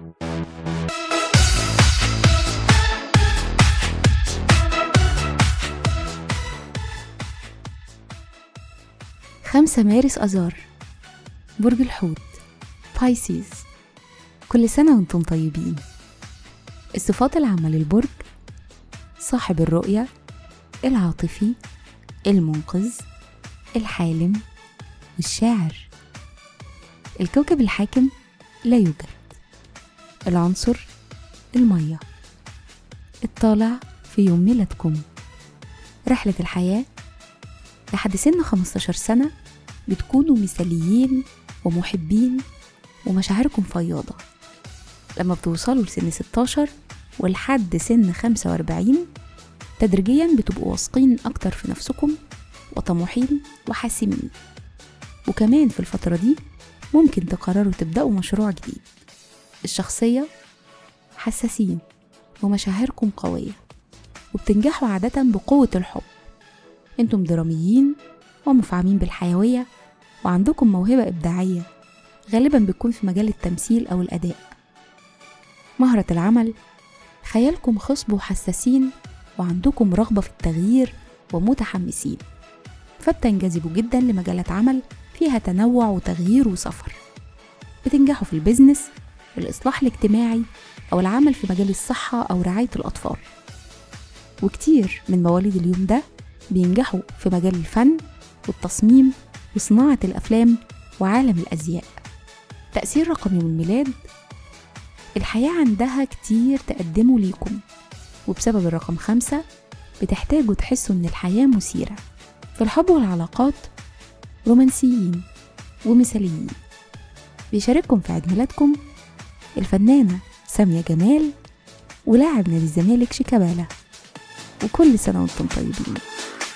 خمسة مارس أذار، برج الحوت، بايسيز. كل سنة وانتم طيبين. الصفات العامة للبرج: صاحب الرؤية، العاطفي، المنقذ، الحالم، والشاعر. الكوكب الحاكم لا يوجد. العنصر المية. الطالع في يوم ميلادكم. رحلة الحياة: لحد سن 15 سنة بتكونوا مثاليين ومحبين ومشاعركم فياضة. لما بتوصلوا لسن 16 ولحد سن 45 تدريجيا بتبقوا واثقين أكتر في نفسكم وطموحين وحاسمين. وكمان في الفترة دي ممكن تقرروا تبدأوا مشروع جديد. الشخصية: حساسين ومشاعركم قوية وبتنجحوا عادة بقوة الحب. انتم دراميين ومفعمين بالحيوية وعندكم موهبة إبداعية غالبا بتكون في مجال التمثيل أو الأداء. مهرة العمل: خيالكم خصب وحساسين وعندكم رغبة في التغيير ومتحمسين، فبتنجذبوا جدا لمجالات عمل فيها تنوع وتغيير وسفر. بتنجحوا في البيزنس، الإصلاح الاجتماعي، أو العمل في مجال الصحة أو رعاية الأطفال. وكتير من مواليد اليوم ده بينجحوا في مجال الفن والتصميم وصناعة الأفلام وعالم الأزياء. تأثير رقم يوم الميلاد: الحياة عندها كتير تقدمه ليكم، وبسبب الرقم 5 بتحتاجوا تحسوا إن الحياة مثيرة. في الحب والعلاقات رومانسيين ومثاليين. بيشارككم في عيد ميلادكم الفنانة سامية جمال ولاعب نادي الزمالك شيكابالا. وكل سنة وانتم طيبين.